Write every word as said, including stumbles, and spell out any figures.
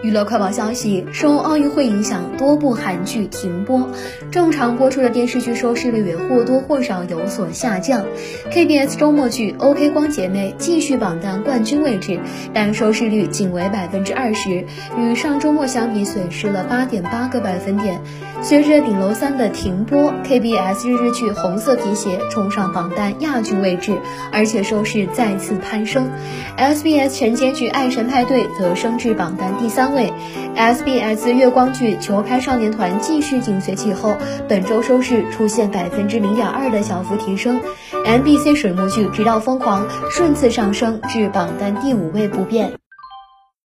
娱乐快报消息，受奥运会影响，多部韩剧停播，正常播出的电视剧收视率也或多或少有所下降。K B S 周末剧《OK 光姐妹》继续榜单冠军位置，但收视率仅为百分之二十，与上周末相比损失了八点八个百分点。随着顶楼三的停播 ，K B S 日日剧《红色皮鞋》冲上榜单亚军位置，而且收视再次攀升。S B S 晨间剧《爱神派对》则升至榜单第三位。S B S 月光剧《求开少年团》继续紧随其后，本周收视出现百分之零点二的小幅提升。M B C 水木剧《直到疯狂》顺次上升至榜单第五位不变。